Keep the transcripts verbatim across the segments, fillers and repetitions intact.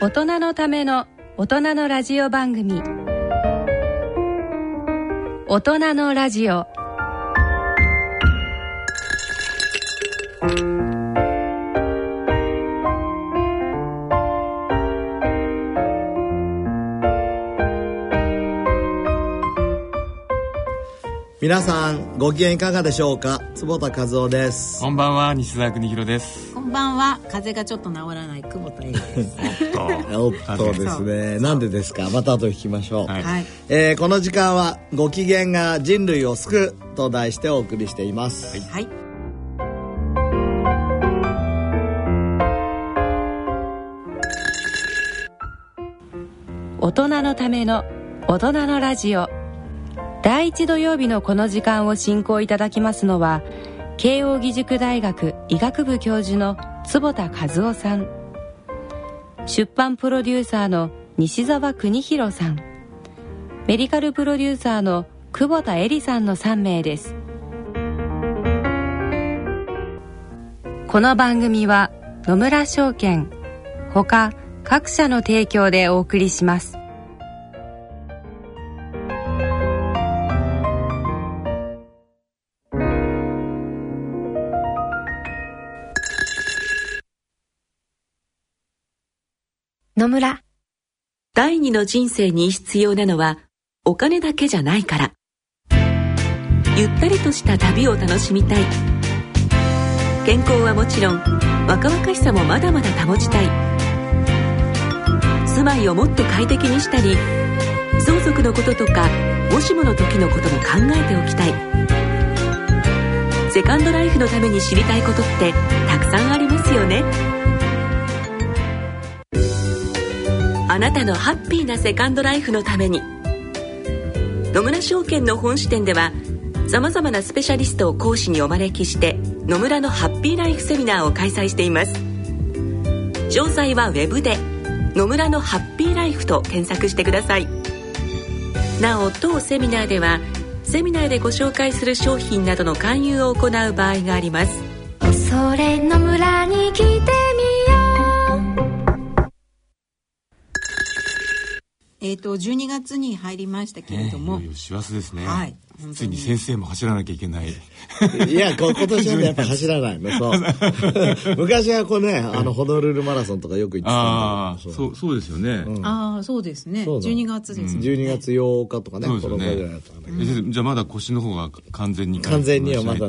大人のための大人のラジオ番組、大人のラジオ。 皆さんご機嫌いかがでしょうか。坪田和夫です。 こんばんは、西澤邦弘です。 こんばんは、風がちょっと治らない久保田恵里です。 おっとですね、なんでですか。また後で聞きましょう、 はい。 えー、この時間はご機嫌が人類を救うと題してお送りしています。 はい、 大人のための大人のラジオ。第一土曜日のこの時間を進行いただきますのは、慶應義塾大学医学部教授の坪田和夫さん、出版プロデューサーの西澤邦弘さん、メディカルプロデューサーの久保田恵里さんのさんめいです。この番組は野村証券ほか各社の提供でお送りします。 野村。第二の人生に必要なのはお金だけじゃないから。ゆったりとした旅を楽しみたい。健康はもちろん若々しさもまだまだ保ちたい。住まいをもっと快適にしたり、相続のこととかもしもの時のことも考えておきたい。セカンドライフのために知りたいことってたくさんありますよね。あなたのハッピーなセカンドライフのために、野村証券の本支店ではさまざまなスペシャリストを講師にお招きして野村のハッピーライフセミナーを開催しています。詳細はウェブで野村のハッピーライフと検索してください。なお、当セミナーではセミナーでご紹介する商品などの勧誘を行う場合があります。 それ野村に来てみよう。 えー、とじゅうにがつに入りましたけれども、 えー、いよいよ師走ですね、 はい、 ついに先生も走らなきゃいけない。 いや、今年は、ね、やっぱ走らないの。そう昔はこうね、あのホノルルマラソンとかよく行ってたんだけど。 あそうそうそうですよね、 うん、ああそうですね、じゅうにがつですね、 じゅうにがつようかとかね、 そうですよね、 このぐらいだったんだけど、 うん、じゃあまだ腰の方が完全に完全にはまだ、 ううん、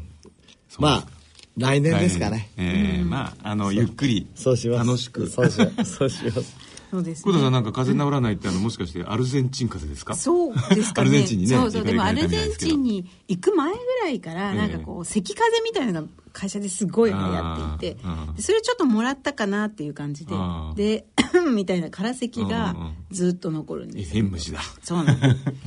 まあ来年ですかね。 えー、まああのゆっくりそうします。 楽しくそうしますそうしますそうですね。 久保田さん、なんか風邪治らないって、あのもしかしてアルゼンチン風邪ですか？ そうですかね。 アルゼンチンにね。 そうそう。でもアルゼンチンに行く前ぐらいからなんかこう咳風邪みたいなのが会社ですごい流行っていて、でそれちょっともらったかなっていう感じで、でみたいな空咳がずっと残るんですよ。 変虫だ。 そうなんです。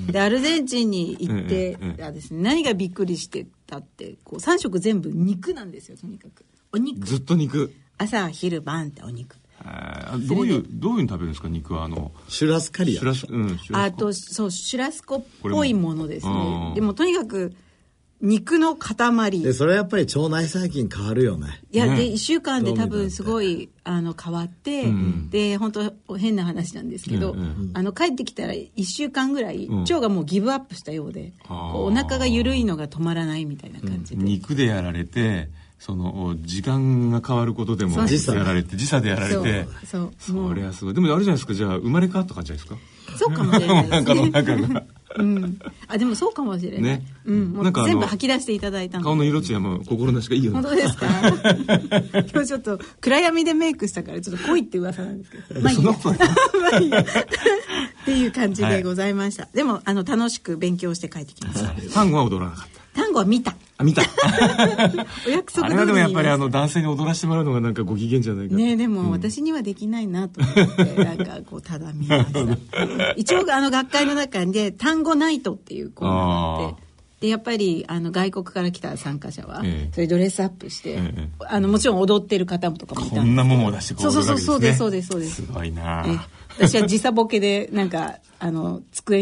でアルゼンチンに行ってですね、何がびっくりしてたってこうさん食全部肉なんですよ。とにかくお肉。 ずっと肉。 朝昼晩ってお肉。 あどういうどういうの食べるんですか、肉は。あのシュラスカリア、 シュラス、うん、シュラスコあとそうシュラスコっぽいものですね。でもとにかく肉の塊で、それはやっぱり腸内細菌変わるよね。 いや、ね、でいっしゅうかんで多分すごいあの変わって、うん、で本当変な話なんですけど、うんうん、あの帰ってきたらいっしゅうかんぐらい、うん、腸がもうギブアップしたようで、こうお腹が緩いのが止まらないみたいな感じで、 うん、肉でやられて、その時間が変わることでも時差やられて時差でやられて、 そうそうそれはすごい。でもあれじゃないですか、じゃあ生まれ変わった感じじゃないですか。 そうかもしれないですね。 なんかの中がうん、あでもそうかもしれない、ね、うん、もう全部吐き出していただいたので。 顔の色艶も心なしがいいよね。 本当ですか？今日ちょっと暗闇でメイクしたからちょっと濃いって噂なんですけど、まあいいやまあいいやっていう感じでございました、はい、でもあの楽しく勉強して帰ってきました。 単語は踊らなかった。 単語は見た。 あ、見た。 お約束通りに。 あれはでもやっぱりあの男性に踊らせてもらうのがなんかご機嫌じゃないか。 ね、でも私にはできないなと思って、うん、なんかこうただ見ました。一応あの学会の中で単語ナイトっていうコーナーがあって、でやっぱりあの外国から来た参加者は、ええ、それドレスアップして、ええ、あのもちろん踊ってる方とかもいたんですけど、 こんなももを出してこう踊るわけですね。 そうそうそうそうですそうです。 すごいな。 私は時差ボケでなんかあの机に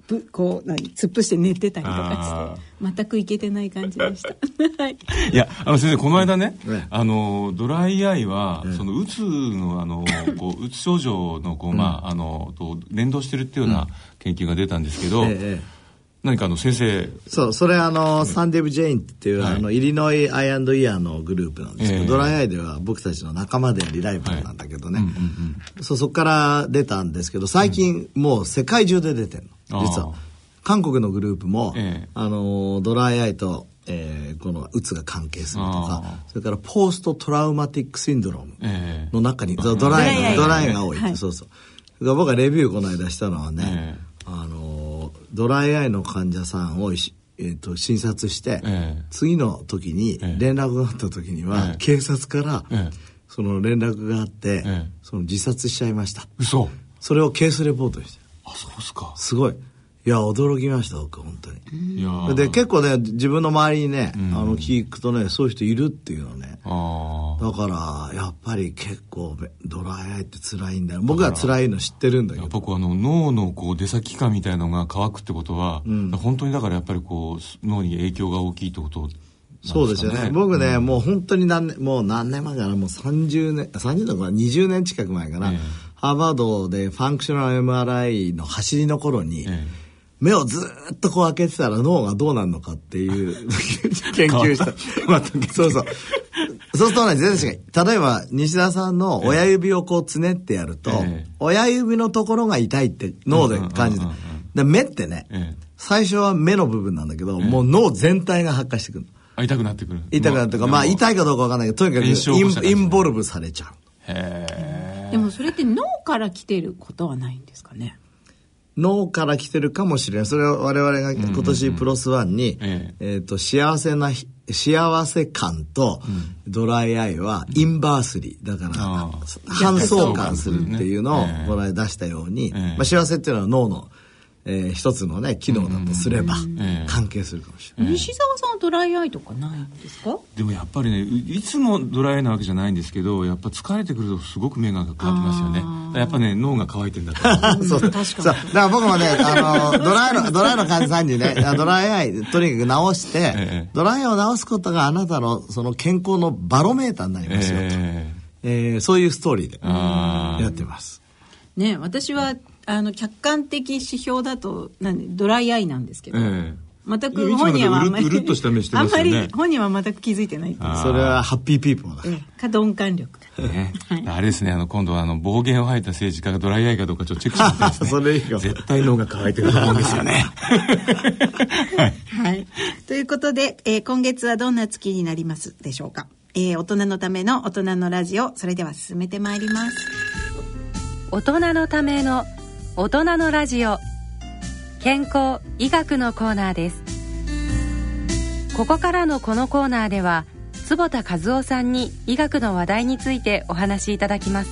ぶこう何突っ伏して寝てたりとかして全くいけてない感じでしたはい、 いやあの先生この間ね、 ねあのドライアイは、 うん、 そのうつのあのこううつ症状のこう、まあ、あのと連動してるっていうような研究が出たんですけど、 ええ、 何かあの先生そうそれあの、うん、サンディブ・ジェインっていう、はい、あのイリノイ・アイ・アンド・イヤーのグループなんですけど、えー、ドライアイでは僕たちの仲間でありライバルなんだけどね、はいうんうんうん、そうそこから出たんですけど最近、うん、もう世界中で出てるの実は韓国のグループも、えー、あのドライアイと、えー、このうつが関係するとかそれからポーストトラウマティックシンドロームの中に、えー、ドライアイ、ドライアイが多いって、はい、そうそう僕がレビューこの間したのはね、えー、あのドライアイの患者さんを、えー、と診察して、えー、次の時に連絡があった時には、えー、警察から、えー、その連絡があって、えー、その自殺しちゃいました嘘それをケースレポートにしてあそうですかすごいいや驚きました僕本当にいやで結構ね自分の周りにね、うん、あの聞くとねそういう人いるっていうのねあだからやっぱり結構ドライアイって辛いんだよ僕は辛いの知ってるんだけど僕あの脳のこう出先感みたいなのが乾くってことは、うん、本当にだからやっぱりこう脳に影響が大きいってことなんですかねそうですよね僕ね、うん、もう本当に何年もう何年前かなもうさんじゅうねんさんじゅうねんかなにじゅうねん近く前かな、えー、ハーバードでファンクショナル エムアールアイ の走りの頃に、えー目をずっとこう開けてたら脳がどうなるのかっていう研究したそうそうそうするとね全然違う例えば西田さんの親指をこうつねってやると、えー、親指のところが痛いって脳で感じて、うんうんうんうん、で目ってね、えー、最初は目の部分なんだけど、えー、もう脳全体が発火してくる痛くなってくる痛くなってくるまあ痛いかどうかわかんないけどとにかくイン、インボルブされちゃうへでもそれって脳から来てることはないんですかね脳から来てるかもしれない。それは我々が今年プロスワンに、うんうんうん、えっ、ー、と、幸せな、幸せ感とドライアイはインバースリー。だから、反相関するっていうのをこの間出したように、えーまあ、幸せっていうのは脳の、えー、一つのね、機能だとすれば関係するかもしれない。 西澤さんはドライアイとかないんですか？ でもやっぱりね、いつもドライアイなわけじゃないんですけど、やっぱ疲れてくるとすごく目が乾きますよね。やっぱね、脳が乾いてんだと思う。 そう、確かに。そうだから僕もね、あの、ドライの、ドライの患者さんにね、ドライアイ、とにかく直して、ええ、ドライアイを直すことがあなたのその健康のバロメーターになりますよと。ええー、そういうストーリーでやってます。 ね、私は、あの客観的指標だとなんドライアイなんですけど、えー、全く本人はあんまりうるっとした目してますよね。 あんまり本人は全く気づいてないっていう。 それはハッピーピーポーだ、 えー、か鈍感力だ、 ねはい、あれですねあの今度はあの暴言を吐いた政治家がドライアイかどうかちょっとチェックしてみたいですね。 それいいかも。 絶対脳が乾いてると思うんですよね。 はい、はい、ということで、えー、今月はどんな月になりますでしょうか。えー、大人のための大人のラジオ、それでは進めてまいります。 大人のための大人のラジオ、健康医学のコーナーです。ここからのこのコーナーでは坪田和夫さんに医学の話題についてお話しいただきます。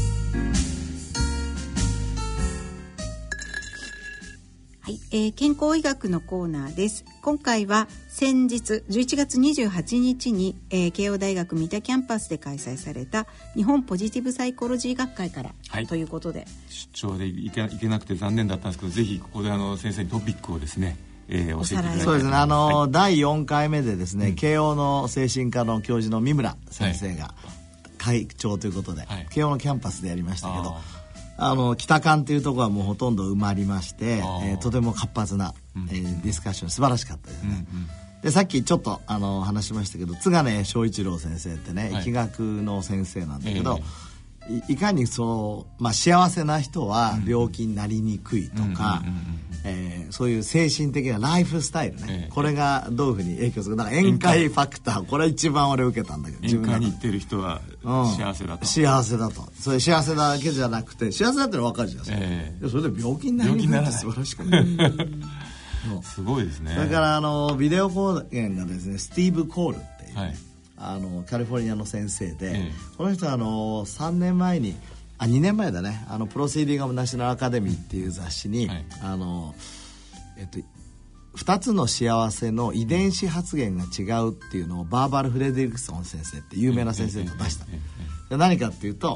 はい、えー、健康医学のコーナーです。今回は先日じゅういちがつにじゅうはちにちに、えー、慶応大学三田キャンパスで開催された日本ポジティブサイコロジー学会から、はい、ということで出張で行け、行けなくて残念だったんですけど、ぜひここであの先生にトピックをですね、えー、教えていただきたい。 そうですね、あの、はい、だいよんかいめでですね、うん、慶応の精神科の教授の三村先生が会長ということで、はい、慶応のキャンパスでやりましたけど、あの北館というところはもうほとんど埋まりまして、えー、とても活発な、えー、ディスカッション素晴らしかったですね、うんうん、でさっきちょっとあの話しましたけど津金正一郎先生ってね、はい、疫学の先生なんだけど、えー、い, いかにそう、まあ、幸せな人は病気になりにくいとか、えー、そういう精神的なライフスタイルね、えー、これがどういうふうに影響するか。だから宴会ファクター、これ一番俺受けたんだけど、 宴会に行ってる人は幸せだと、うん、 幸せだと。それ幸せだけじゃなくて幸せだってのは分かるじゃないですか、えー、それで病気になりにくいって素晴らしくないすごいですね。 だからあのビデオ講演がですねスティーブ・コールっていう、ね、はい、あのカリフォルニアの先生で、えー、この人はあのさんねんまえにあにねんまえだね、あのプロシーディング・オブ・ナショナル・アカデミーっていう雑誌に、はい、あのえっとふたつの幸せの遺伝子発現が違うっていうのをバーバル・フレデリクソン先生って有名な先生が出した。何かっていうと、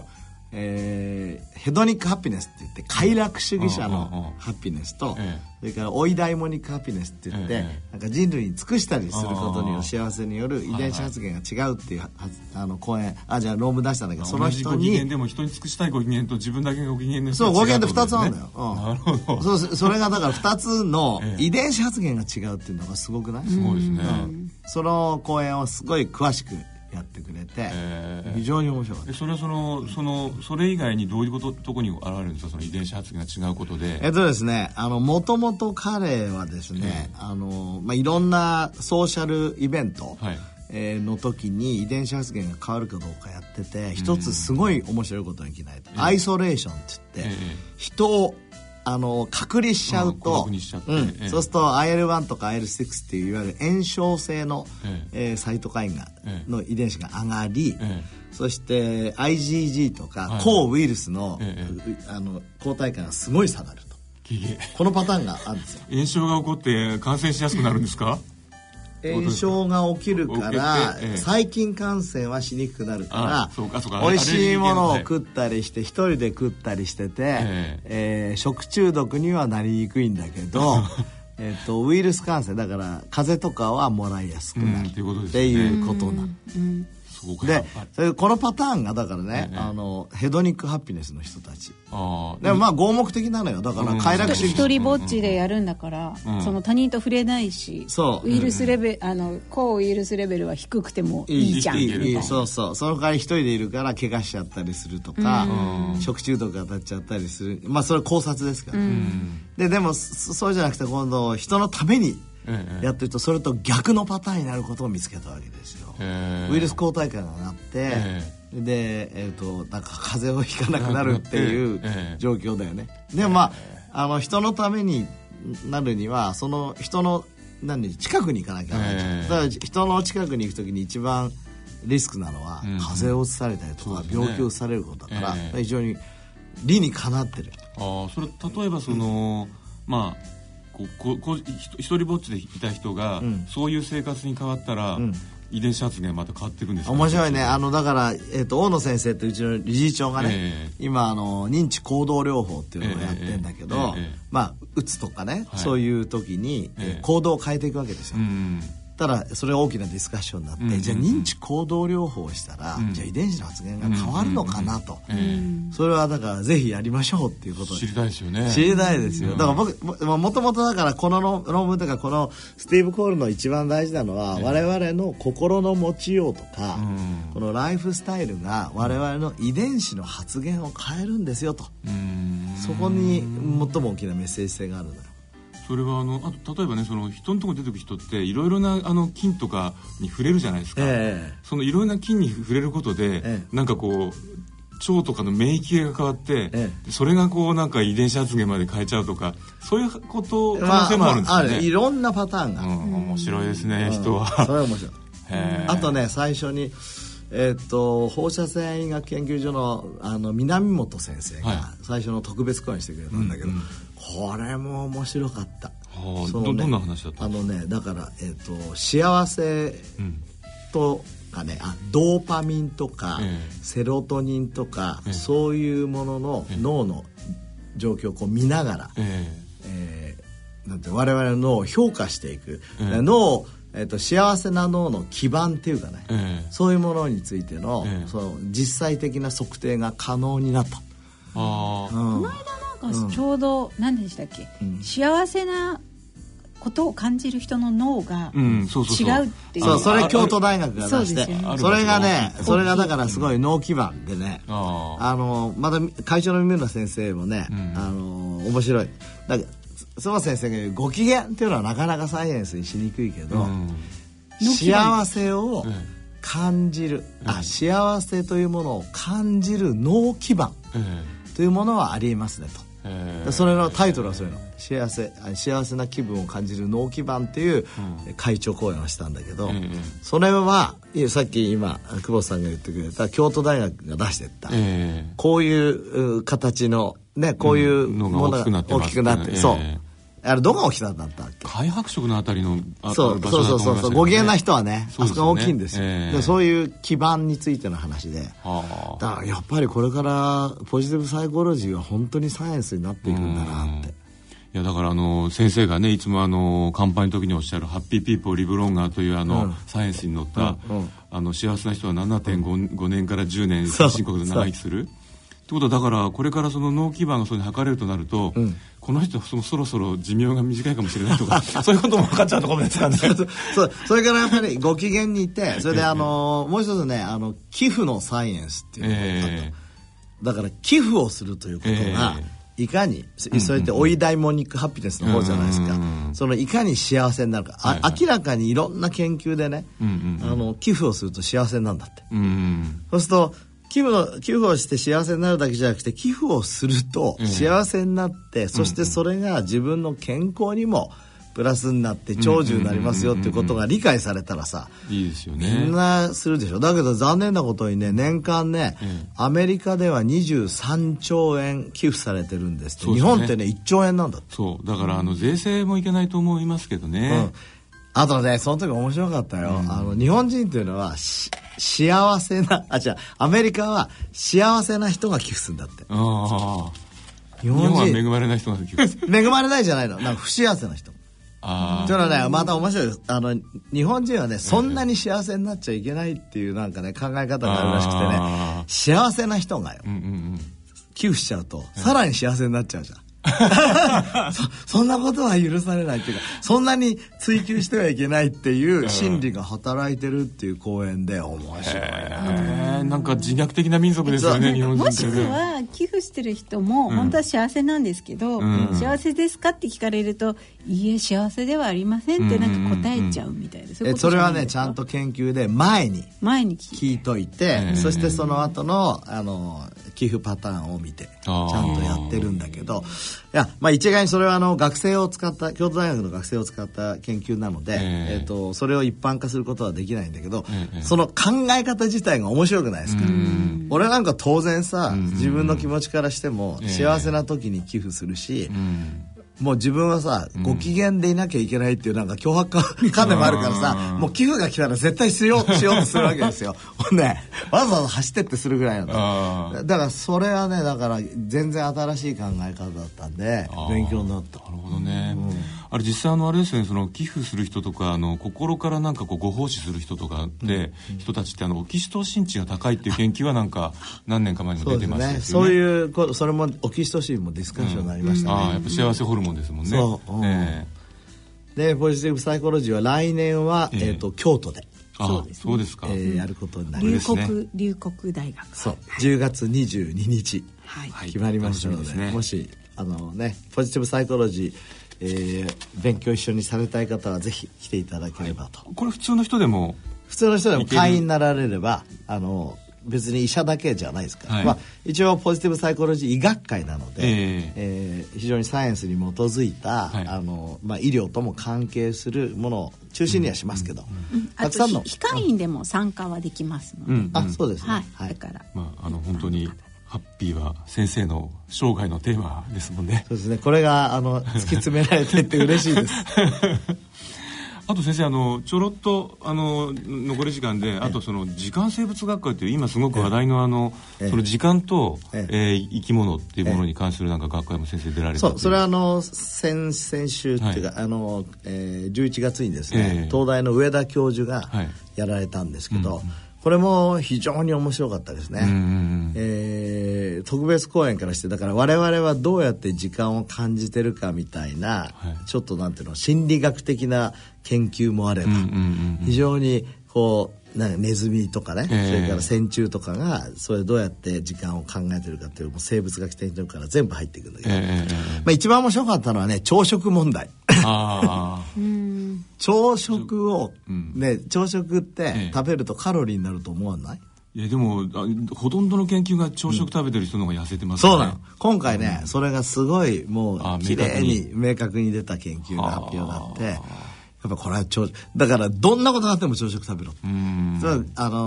えー、ヘドニックハピネスって言って快楽主義者のハピネスと、ええ、それからオイダイモニックハピネスって言って、ええ、なんか人類に尽くしたりすることによる幸せによる遺伝子発現が違うっていう、はいはい、あの講演あじゃあ論文出したんだけど、その人に同じご機嫌でも人に尽くしたいご機嫌と自分だけがご機嫌の人が違う、そうご機嫌ってふたつあるんだよ、うん、なるほど。そうそれがだからふたつの遺伝子発現が違うっていうのがすごくない？ すごいですね、 うん、その講演をすごい詳しくやってくれて、えー、非常に面白かった。 それはそのそのそれ以外にどういうこととこに現れるんですか、その遺伝子発現が違うことで。 えっとですね、あのもともと彼はですね、えー、あのまあいろんなソーシャルイベント、はい、えー、の時に遺伝子発現が変わるかどうかやってて、一つすごい面白いことに気づいて、アイソレーションって言って、えー、人をあの隔離しちゃうと、うんええ、そうすると アイエルワン とか アイエルシックス っていういわゆる炎症性の、ええー、サイトカインが、ええ、の遺伝子が上がり、ええ、そして アイジージー とか、はい、抗ウイルスの、ええ、あの抗体価がすごい下がると、このパターンがあるんですよ。 炎症が起こって感染しやすくなるんですか？ 炎症が起きるから、ええ、細菌感染はしにくくなるから美味しいものを食ったりして一人で食ったりしてて、えええー、食中毒にはなりにくいんだけどえとウイルス感染だから風邪とかはもらいやすくなる、うん、っていうことなの、うんうんでそれこのパターンがだからね、ええ、あのヘドニックハピネスの人たちあでもまあ合目的なのよ。だから快楽主義、 一人ぼっちでやるんだから、うん、その他人と触れないし、そうウイルスレベル、あの抗ウイルスレベルは低くてもいいじゃん、いいいいそうそう、その代わり一人でいるから怪我しちゃったりするとか、うん、食中毒が当たっちゃったりする、まあそれ考察ですから、うん、ででもそうじゃなくて今度人のためにやってるとそれと逆のパターンになることを見つけたわけですよ。ウイルス抗体価が上がって、で、えーと、なんか風邪をひかなくなるっていう状況だよね。でもまあ、あの人のためになるにはその人の何近くに行かなきゃいけない。だから人の近くに行くときに一番リスクなのは風邪を移されたりとか病気を移されることだから、非常に理にかなってる。 あそれ例えばその、うん、まあこここ一人ぼっちでいた人が、うん、そういう生活に変わったら、うん、遺伝子発現また変わっていくんですか？ 面白いね。あのだから、えー、と大野先生ってうちの理事長がね、えー、今あの認知行動療法っていうのをやってんだけど、えーえーえー、まあうつとかね、はい、そういう時に、えー、行動を変えていくわけですよ、うんただそれが大きなディスカッションになって、うんうんうん、じゃあ認知行動療法をしたら、うん、じゃあ遺伝子の発現が変わるのかなと、うんうんうん、それはだからぜひやりましょうっていうことで知りたいですよね。 知りたいですよ、うん、だから僕もともとだからこの論文とかこのスティーブ・コールの一番大事なのは、うん、我々の心の持ちようとか、うん、このライフスタイルが我々の遺伝子の発現を変えるんですよと、うん、そこに最も大きなメッセージ性があるのよ。 それはあのあと例えばね、その人のところに出てくる人っていろいろなあの菌とかに触れるじゃないですか、えー、そのいろいろな菌に触れることで、えー、なんかこう腸とかの免疫系が変わって、えー、それがこうなんか遺伝子発現まで変えちゃうとか、そういうこと可能性もあるんですかね、まあまあ、 いろんなパターンが、うん、 面白いですね、うん、人は。 それは面白い。あとね、最初にえー、と放射線医学研究所 の, あの南本先生が最初の特別講演してくれたんだけど、はいうんうん、これも面白かった。 はあ、そのね、ど, どんな話だったんですか？あのね、だから、えー、と幸せとかね、あドーパミンとか、えー、セロトニンとか、えー、そういうものの脳の状況をこう見ながら、えーえー、なんて我々の脳を評価していく、えー、脳をえー、と幸せな脳の基盤っていうかね、えー、そういうものについて の,、えー、その実際的な測定が可能になった。 あ、うん、この間なんかちょうど、うん、何でしたっけ、うん、幸せなことを感じる人の脳が違うっていう、 そう、それ京都大学が出して、 そ, ね、それがね、それがだからすごい脳基盤でね、ああのまた会長の三村先生もね、うん、あの面白い。だから須藤先生が言うご機嫌っていうのはなかなかサイエンスにしにくいけど、うん、幸せを感じる、うん、あ幸せというものを感じる脳基盤というものはありえますねと、えー、それのタイトルはそういうの、幸せ幸せな気分を感じる脳基盤っていう会長講演をしたんだけど、うん、それはさっき今久保さんが言ってくれた京都大学が出してった、えー、こういう形のね、こういうものが大きくなって、大きくなって、そうあれどこが起きたんだったっけ。 開白色のあたりのあそうそうそうそうそう、ご機嫌な人はね、あそこが大きいんですよ、 えー、 でそういう基盤についての話で、 はあ、 だからやっぱりこれからポジティブサイコロジーは本当にサイエンスになっていくんだなって。 いやだからあの先生がねいつもあの乾杯の時におっしゃるハッピーピーポーリブロンガーというあの、うん、サイエンスに載った、うんうん、あの幸せな人は ななてんご 年からじゅうねん先進国で長生きするってことは、だからこれからその脳基盤がそういうふうに測れるとなると、うん、この人そのそろそろ寿命が短いかもしれないとかそういうことも分かっちゃうところですかね。 そうそれからやっぱりご機嫌にいて、それであのもう一つね、あの寄付のサイエンスっていうのがあった、えー、だから寄付をするということが、えーいかに、それってオイダイモニックハピネスの方じゃないですか、うんうん、そのいかに幸せになるか、はいはい、明らかにいろんな研究でね、うんうんうん、あの寄付をすると幸せなんだって、うんうん、そうすると寄付の寄付をして幸せになるだけじゃなくて、寄付をすると幸せになって、うん、そしてそれが自分の健康にもプラスになって長寿になりますよっていうことが理解されたらさ、 いいですよね。 みんなするでしょ。だけど残念なことにね、年間ね、うん、アメリカではにじゅうさんちょうえん寄付されてるんですって。そうですね、日本ってねいっちょうえんなんだって。 そうだからあの税制もいけないと思いますけどね、うん、 あとねその時面白かったよ、うん、あの日本人っていうのは幸せなあ違うアメリカは幸せな人が寄付するんだって。 あ日本人日本は恵まれない人が寄付する恵まれないじゃないの、なんか不幸せな人。あというのはね、また面白いです。あの日本人はね、そんなに幸せになっちゃいけないっていうなんかね考え方があるらしくてね、幸せな人がよ、うんうんうん、寄付しちゃうと、さらに幸せになっちゃうじゃん。そ, そんなことは許されないっていうか、そんなに追求してはいけないっていう心理が働いてるっていう講演で面白いな。 なんか自虐的な民族ですよね、日本人って。 もしくは寄付してる人も本当は幸せなんですけど、うん、幸せですかって聞かれると、いいえ幸せではありませんってなんか答えちゃうみたいな、うんうんうん、そういうことじゃないですか。 それはねちゃんと研究で前に前に聞いといて、そしてその後のあの寄付パターンを見てちゃんとやってるんだけど、いや、まあ、一概にそれはあの学生を使った京都大学の学生を使った研究なので、えーえー、とそれを一般化することはできないんだけど、えー、その考え方自体が面白くないですか。俺なんか当然さ、自分の気持ちからしても幸せな時に寄付するし、もう自分はさ、ご機嫌でいなきゃいけないっていうなんか脅迫観念もあるからさ、もう寄付が来たら絶対しようしようとするわけですよ。ね、わざわざ走ってってするぐらいなんだ。だからそれはね、だから全然新しい考え方だったんで勉強になった。 なるほどね。うん、あれ実際あのあれですよね、その寄付する人とかあの心からなんかこうご奉仕する人とかで、うん、人たちってあのオキシトシン値が高いっていう研究はなんか何年か前にも出てましたよね。 そういうこそれもオキシトシンもディスカッションになりましたね。うん、あやっぱ幸せホルモンですもんね。そう、うんえー、でポジティブサイコロジーは来年は、えーえー、と京都でそうですね、そうですか、 えー、やることになります。 龍谷龍谷大学そうじゅうがつにじゅうににち、はい、決まりましたので、ね、もしあのねポジティブサイコロジー、えー、勉強一緒にされたい方はぜひ来ていただければと、 はい、これ普通の人でも普通の人でも会員になられればあの別に医者だけじゃないですから、はいまあ、一応ポジティブサイコロジー医学会なので、えーえー、非常にサイエンスに基づいた、はいあのまあ、医療とも関係するものを中心にはしますけど、 うんうん、たくさんの非会員でも参加はできますので、うんうん、 あそうですね、はいはい、だから、 まあ、あの本当にハッピーは先生の生涯のテーマですもんね。 そうですね、これがあの突き詰められてって嬉しいですあと先生あのちょろっとあの残り時間で、あとその時間生物学会という今すごく話題のあの、その時間と、ええー、生き物っていうものに関するなんか学会も先生出られて、 そうそれはあの先先週っていうか、はい、あの、えー、じゅういちがつにですね、えー、東大の上田教授がやられたんですけど、はいうんうん、これも非常に面白かったですね、うんうんうんえー、特別講演からして、だから我々はどうやって時間を感じてるかみたいな、はい、ちょっとなんていうの心理学的な研究もあれば、うんうんうん、非常にこうなんかネズミとかね、えー、それから線虫とかがそれどうやって時間を考えてるかっていうもう生物学的なところから全部入っていくんだけど、えーまあ、一番面白かったのはね朝食問題あ朝食を、ね、朝食って食べるとカロリーになると思わない？ いやでもほとんどの研究が朝食食べてる人の方が痩せてますね、うん、 そうなの。今回ね、うん、それがすごいもう綺麗に明確に出た研究が発表があって、やっぱこれは朝だからどんなことがあっても朝食食べろ。うんあの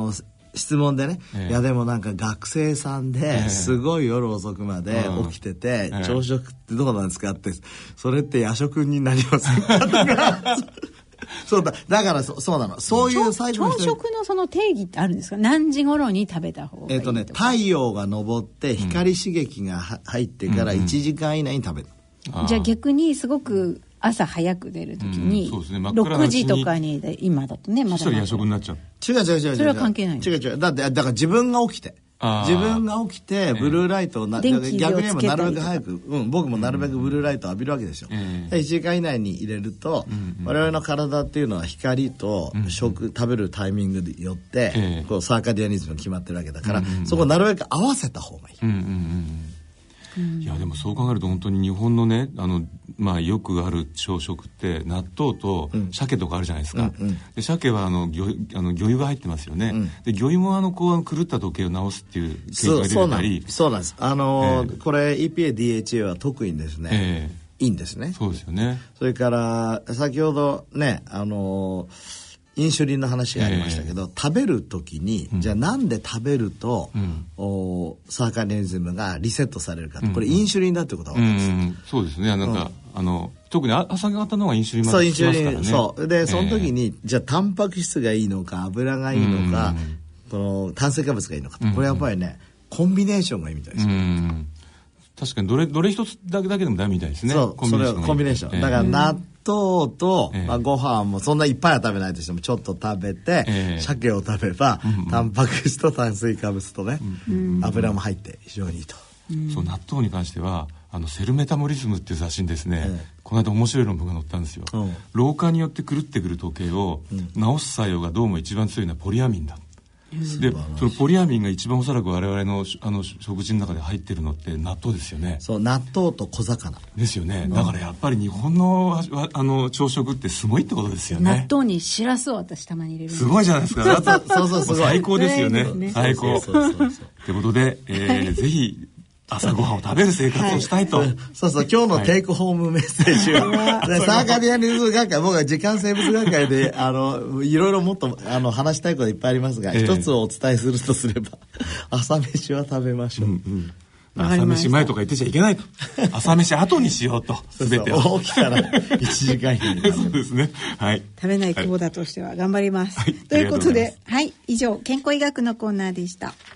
質問でね、えー、いやでもなんか学生さんですごい夜遅くまで起きてて、えー、朝食ってどうなんですかって、それって夜食になりませんかとかそうだ、だから そ, そうなのそういう最後の朝食のその定義ってあるんですか？何時頃に食べた方がいいとか。 えっとね、太陽が昇って光刺激が入ってからいちじかん以内に食べる、 うんうん、じゃあ逆にすごく朝早く出るときに、うん、そうですね、ろくじとかにで今だとね、まだそしたら夜食になっちゃう。 違う違う違う違う、 それは関係ない。 違う違う、だってだから自分が起きて自分が起きてブルーライトをな、えー、逆に言えばなるべく早く、うん、僕もなるべくブルーライトを浴びるわけですよ、えー、いちじかん以内に入れると、うんうん、我々の体っていうのは光と食、うんうん、食べるタイミングによって、えー、こうサーカディアニズムが決まってるわけだから、うんうん、そこをなるべく合わせた方がいい、うんうんうん、いやでもそう考えると本当に日本のね、あの、まあ、よくある朝食って納豆と鮭とかあるじゃないですか、うんうん、で鮭はあの 魚, あの魚油が入ってますよね、うん、で魚油もあのこう狂った時計を直すっていう結果が出てたり、 そうなんです、あのーえー、これ イーピーエーディーエイチエー は特にですね、えー、いいんですね。 そうですよね。それから先ほどね、あのーインシュリンの話がありましたけど、えー、食べる時に、うん、じゃあなんで食べると、うん、おサーカディアニズムがリセットされるか、うん、これインシュリンだってことが分かるんです、うん、 そうですね、なんか、うん、あの特に朝方の方がインシュリンまでしますからね。そう、インシュリン、そうで、その時に、えー、じゃあタンパク質がいいのか油がいいのか、この炭水化物がいいのかと、これやっぱりねコンビネーションがいいみたいですよ、うん、 確かにどれどれ一つだけだけでもダメみたいですね。 そう、それはコンビネーション、えー、だから納豆と、えーまあ、ご飯もそんないっぱいは食べないとしてもちょっと食べて、えー、鮭を食べば、うんうん、タンパク質と炭水化物とね、うんうん、油も入って非常にいいと、 うん、そう納豆に関してはあのセルメタモリズムっていう雑誌にですね、えー、この間面白い論文が載ったんですよ、うん、老化によって狂ってくる時計を治す作用がどうも一番強いのはポリアミンだ。でそのポリアミンが一番おそらく我々 の, あの食事の中で入ってるのって納豆ですよね。 そう、納豆と小魚ですよね。だからやっぱり日本 の, あの朝食ってすごいってことですよね。 納豆にしらすを私たまに入れる。 すごいじゃないですか。そうそうそう、最高ですよね。 ね、 最高。ということで、えー、ぜひ朝ごはんを食べる生活をしたいと、はい、 そうそう、今日のテイクホームメッセージは、はい、サーカディアニズム学会、僕は時間生物学会であのいろいろもっとあの話したいこといっぱいありますが、えー、一つをお伝えするとすれば朝飯は食べましょう、うんうん、 朝飯前とか言ってちゃいけないと朝飯後にしようと全てを起きたらいちじかん以内にそうですね、はい、 食べない久保田としては頑張ります、はい、ということで、はい、以上健康医学のコーナーでした。